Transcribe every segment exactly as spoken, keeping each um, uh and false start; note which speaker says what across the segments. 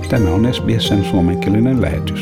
Speaker 1: Tämä on S B S:n suomenkielinen lähetys.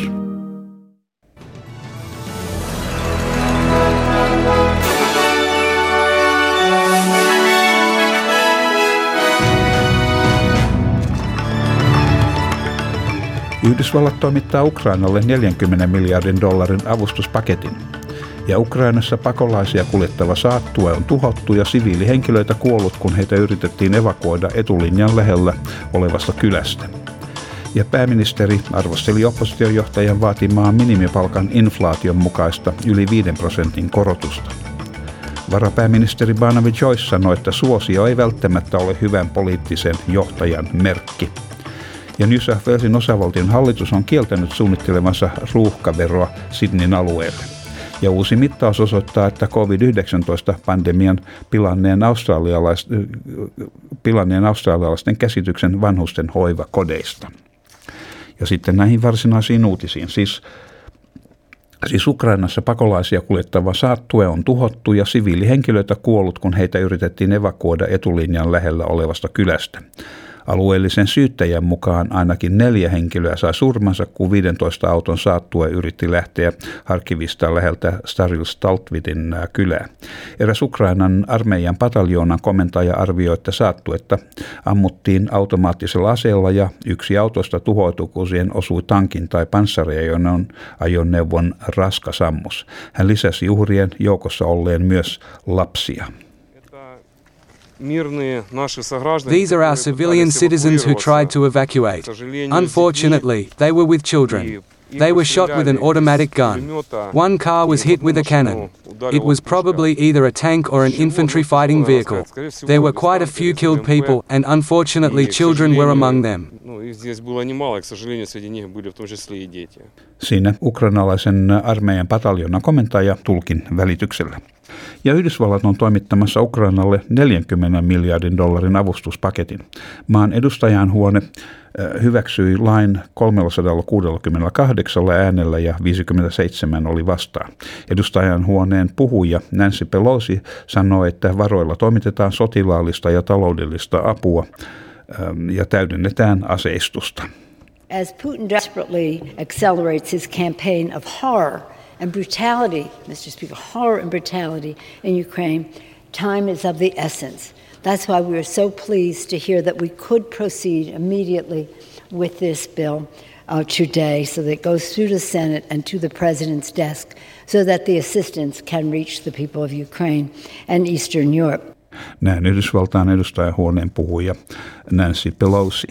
Speaker 1: Yhdysvallat toimittaa Ukrainalle neljänkymmenen miljardin dollarin avustuspaketin. Ja Ukrainassa pakolaisia kuljettava saattue on tuhottu ja siviilihenkilöitä kuollut, kun heitä yritettiin evakuoida etulinjan lähellä olevasta kylästä. Ja pääministeri arvosteli oppositiojohtajan vaatimaa minimipalkan inflaation mukaista yli viiden prosentin korotusta. Varapääministeri Barnaby Joyce sanoi, että suosio ei välttämättä ole hyvän poliittisen johtajan merkki. Ja New South Walesin osavaltion hallitus on kieltänyt suunnittelemansa ruuhkaveroa Sydneyn alueelle. Ja uusi mittaus osoittaa, että covid yhdeksäntoista-pandemian pilanneen, australialais, pilanneen australialaisten käsityksen vanhusten hoivakodeista. Ja sitten näihin varsinaisiin uutisiin. Siis, siis Ukrainassa pakolaisia kuljettava saattue on tuhottu ja siviilihenkilöitä kuollut, kun heitä yritettiin evakuoida etulinjan lähellä olevasta kylästä. Alueellisen syyttäjän mukaan ainakin neljä henkilöä sai surmansa, kun viidentoista auton saattue yritti lähteä Harkivista läheltä Staril Staltvitin kylää. Eräs Ukrainan armeijan pataljoonan komentaja arvioi, että saattuetta ammuttiin automaattisella aseella ja yksi autosta tuhoutui, kun siihen osui tankin tai panssareajoneuvon ajoneuvon raskas ammus. Hän lisäsi uhrien joukossa olleen myös lapsia.
Speaker 2: These are our civilian citizens who tried to evacuate. Unfortunately, they were with children. They were shot with an automatic gun. One car was hit with a cannon. It was probably either a tank or an infantry fighting vehicle. There were quite a few killed people, and unfortunately children were among them.
Speaker 1: Siinä ukrainalaisen armeijan pataljonan komentaja tulkin välityksellä. Ja Yhdysvallat on toimittamassa Ukrainalle neljänkymmenen miljardin dollarin avustuspaketin. Maan edustajainhuone hyväksyi lain kolmesataakuusikymmentäkahdeksan äänellä ja viisikymmentäseitsemän oli vastaan. Edustajainhuoneen puhuja Nancy Pelosi sanoi, että varoilla toimitetaan sotilaallista ja taloudellista apua ja täydennetään aseistusta.
Speaker 3: As Putin desperately accelerates his campaign of horror and brutality, Mister Speaker, horror and brutality in Ukraine, time is of the essence. That's why we are so pleased to hear that we could proceed immediately with this bill uh, today so that it goes through the Senate and to the President's desk so that the assistance can reach the people of Ukraine and Eastern Europe.
Speaker 1: Näin Yhdysvaltain edustajahuoneen puhuja Nancy Pelosi.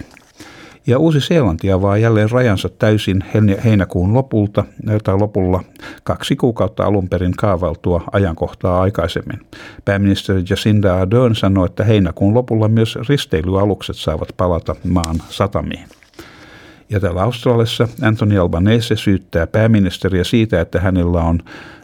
Speaker 1: Ja Uusi-Seelanti avaa jälleen rajansa täysin heinäkuun lopulta, tai lopulla kaksi kuukautta alun perin kaavailtua ajankohtaa aikaisemmin. Pääministeri Jacinda Ardern sanoi, että heinäkuun lopulla myös risteilyalukset saavat palata maan satamiin. Ja täällä Australiassa Anthony Albanese syyttää pääministeriä siitä, että hänellä on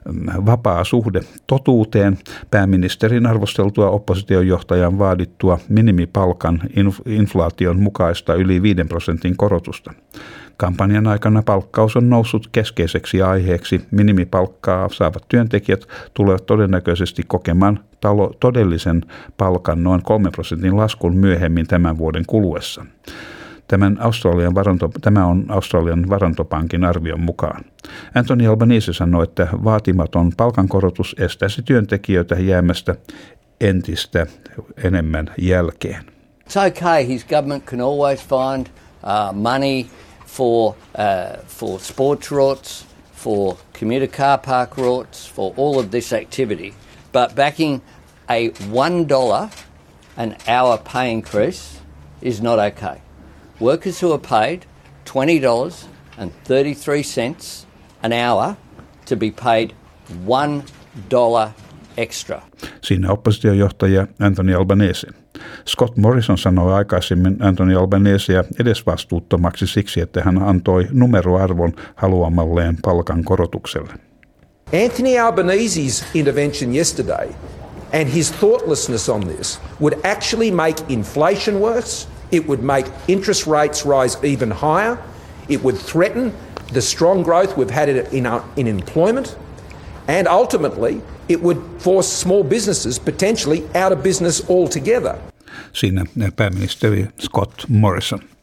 Speaker 1: vapaa suhde totuuteen pääministerin arvosteltua oppositiojohtajan vaadittua minimipalkan inflaation mukaista yli viiden prosentin korotusta. Kampanjan aikana palkkaus on noussut keskeiseksi aiheeksi. Minimipalkkaa saavat työntekijät tulevat todennäköisesti kokemaan talo- todellisen palkan noin kolmen prosentin laskun myöhemmin tämän vuoden kuluessa. Tämän Australian varanto, tämä on Australian varantopankin arvion mukaan. Anthony Albanese sanoi, että vaatimaton palkankorotus estäisi työntekijöitä jäämästä entistä enemmän jälkeen.
Speaker 4: It's okay, his government can always find uh, money for, uh, for sports routes, for commuter car park routes, for all of this activity. But backing a one dollar an hour pay increase is not okay. Workers who are paid twenty dollars and thirty-three cents an hour to be paid one dollar extra.
Speaker 1: Siinä oppositiojohtaja Anthony Albanese. Scott Morrison sanoi aikaisemmin Anthony Albanesea edesvastuuttomaksi siksi, että hän antoi numeroarvon haluamalleen palkankorotukselle.
Speaker 5: Anthony Albanese's intervention yesterday and his thoughtlessness on this would actually make inflation worse. It would make interest rates rise even higher. It would threaten the strong growth we've had in, our, in employment. And ultimately, it would force small businesses potentially out of business altogether.
Speaker 1: Siinä pääministeri Scott Morrison.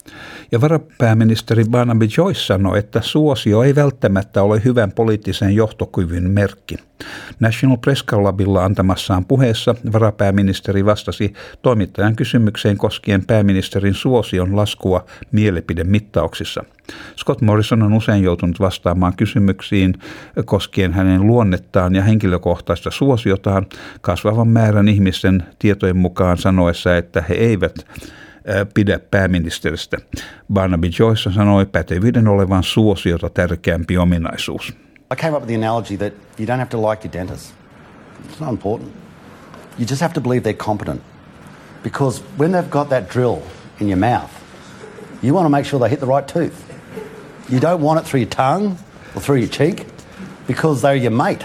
Speaker 1: Ja varapääministeri Barnaby Joyce sanoi, että suosio ei välttämättä ole hyvän poliittisen johtokyvyn merkki. National Press Clubilla antamassaan puheessa varapääministeri vastasi toimittajan kysymykseen koskien pääministerin suosion laskua mielipidemittauksissa. Scott Morrison on usein joutunut vastaamaan kysymyksiin koskien hänen luonnettaan ja henkilökohtaista suosiotaan kasvavan määrän ihmisten tietojen mukaan sanoessa, että he eivät pidä pääministeristä. Barnaby Joyce sanoi pätevyyden olevan suosiota tärkeämpi ominaisuus.
Speaker 6: I came up with the analogy that you don't have to like your dentist. It's not important. You just have to believe they're competent. Because when they've got that drill in your mouth, you want to make sure they hit the right tooth. You don't want it through your tongue or through your cheek because they're your mate.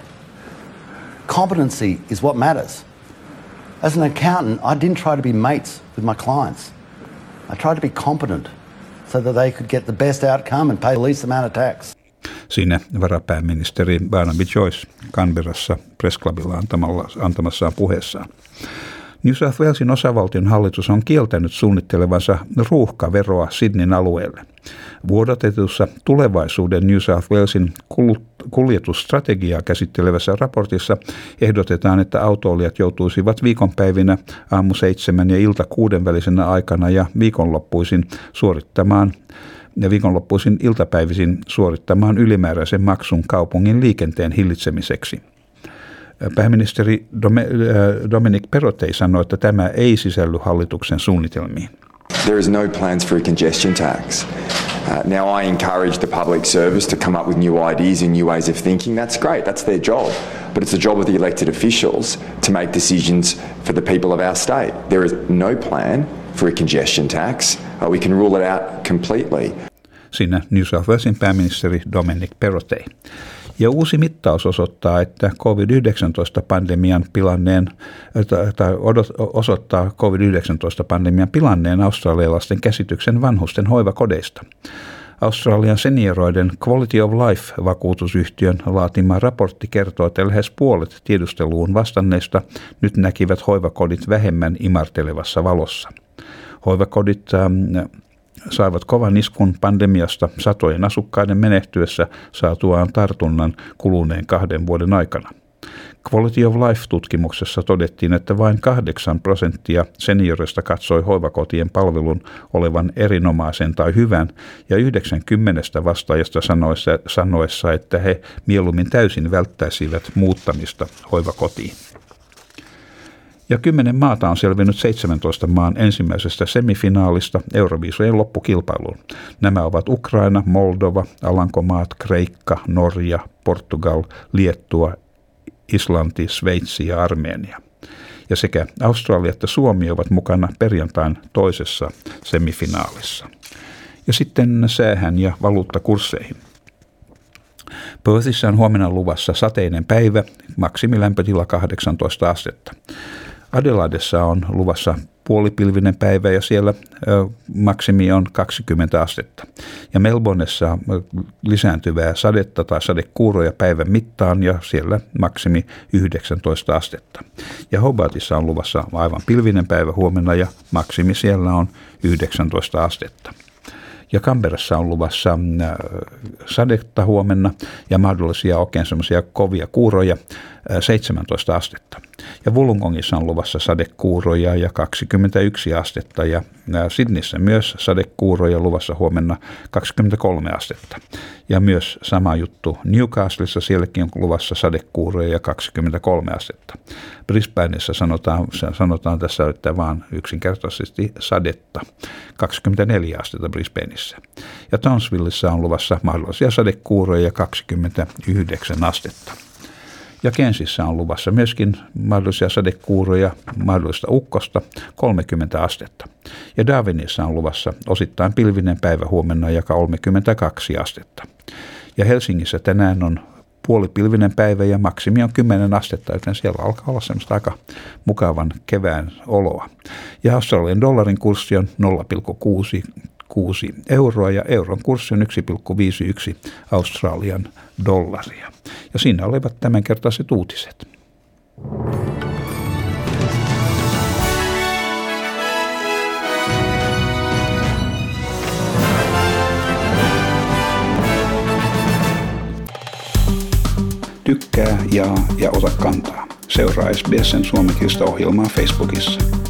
Speaker 6: Competency is what matters. As an accountant, I didn't try to be mates with my clients. I tried to be competent so that they could get the best outcome and pay the least amount of tax.
Speaker 1: Siinä varapääministeri Barnaby Joyce Canberrassa Press Clubilla antamassaan puheessaan. New South Walesin osavaltion hallitus on kieltänyt suunnittelevansa ruuhkaveroa Sydneyn alueelle. Vuodatetussa tulevaisuuden New South Walesin kuljetusstrategiaa käsittelevässä raportissa ehdotetaan, että autoilijat joutuisivat viikonpäivinä aamu seitsemän ja ilta kuuden välisenä aikana ja viikonloppuisin suorittamaan ja viikonloppuisin iltapäivisin suorittamaan ylimääräisen maksun kaupungin liikenteen hillitsemiseksi. Pääministeri Dominic Perrottet sanoi, että tämä ei sisälly hallituksen suunnitelmiin.
Speaker 7: There is no plans for a congestion tax. Uh, now I encourage the public service to come up with new ideas and new ways of thinking. That's great, that's their job. But it's the job of the elected officials to make decisions for the people of our state. There is no plan for a congestion tax. Uh, we can rule it out completely. Siinä
Speaker 1: New South Walesin pääministeri Dominic Perrottet. Ja uusi mittaus osoittaa, että covid yhdeksäntoista-pandemian pilanneen, tai osoittaa covid yhdeksäntoista-pandemian pilanneen australialaisten käsityksen vanhusten hoivakodeista. Australian senioreiden Quality of Life-vakuutusyhtiön laatima raportti kertoo, että lähes puolet tiedusteluun vastanneista nyt näkivät hoivakodit vähemmän imartelevassa valossa. Hoivakodit saivat kovan iskun pandemiasta satojen asukkaiden menehtyessä saatuaan tartunnan kuluneen kahden vuoden aikana. Quality of Life-tutkimuksessa todettiin, että vain kahdeksan prosenttia seniorista katsoi hoivakotien palvelun olevan erinomaisen tai hyvän, ja yhdeksänkymmentä vastaajasta sanoessa, sanoessa, että he mieluummin täysin välttäisivät muuttamista hoivakotiin. Ja kymmenen maata on selvinnyt seitsemäntoista maan ensimmäisestä semifinaalista Euroviisujen loppukilpailuun. Nämä ovat Ukraina, Moldova, Alankomaat, Kreikka, Norja, Portugal, Liettua, Islanti, Sveitsi ja Armenia. Ja sekä Australia että Suomi ovat mukana perjantain toisessa semifinaalissa. Ja sitten säähän ja valuuttakursseihin. Perthissä on huomenna luvassa sateinen päivä, maksimilämpötila kahdeksantoista astetta. Adelaidessa on luvassa puolipilvinen päivä ja siellä ö, maksimi on kaksikymmentä astetta. Ja Melbournessa lisääntyvää sadetta tai sadekuuroja päivän mittaan ja siellä maksimi yhdeksäntoista astetta. Ja Hobartissa on luvassa aivan pilvinen päivä huomenna ja maksimi siellä on yhdeksäntoista astetta. Ja Canberrassa on luvassa sadetta huomenna ja mahdollisia oikein semmoisia kovia kuuroja seitsemäntoista astetta. Ja Wollongongissa on luvassa sadekuuroja ja kaksikymmentäyksi astetta ja Sydneyssä myös sadekuuroja luvassa huomenna kaksikymmentäkolme astetta. Ja myös sama juttu Newcastlessa, sielläkin on luvassa sadekuuroja ja kaksikymmentäkolme astetta. Brisbaneissa sanotaan, sanotaan tässä, että vaan yksinkertaisesti sadetta, kaksikymmentäneljä astetta Brisbaneissa. Ja Townsvillessä on luvassa mahdollisia sadekuuroja ja kaksikymmentäyhdeksän astetta. Ja Cairnsissa on luvassa myöskin mahdollisia sadekuuroja, mahdollista ukkosta, kolmekymmentä astetta. Ja Darwinissa on luvassa osittain pilvinen päivä huomenna ja kolmekymmentäkaksi astetta. Ja Helsingissä tänään on puolipilvinen päivä ja maksimi on kymmenen astetta, joten siellä alkaa olla semmoista aika mukavan kevään oloa. Ja Australian dollarin kurssi on nolla pilkku kuusi kuusi euroa ja euron kurssi on yksi pilkku viisikymmentäyksi Australian dollaria. Ja siinä olivat tämänkertaiset uutiset. tykkää, jaa ja ota kantaa. Seuraa S B S:n suomenkielistä ohjelmaa Facebookissa.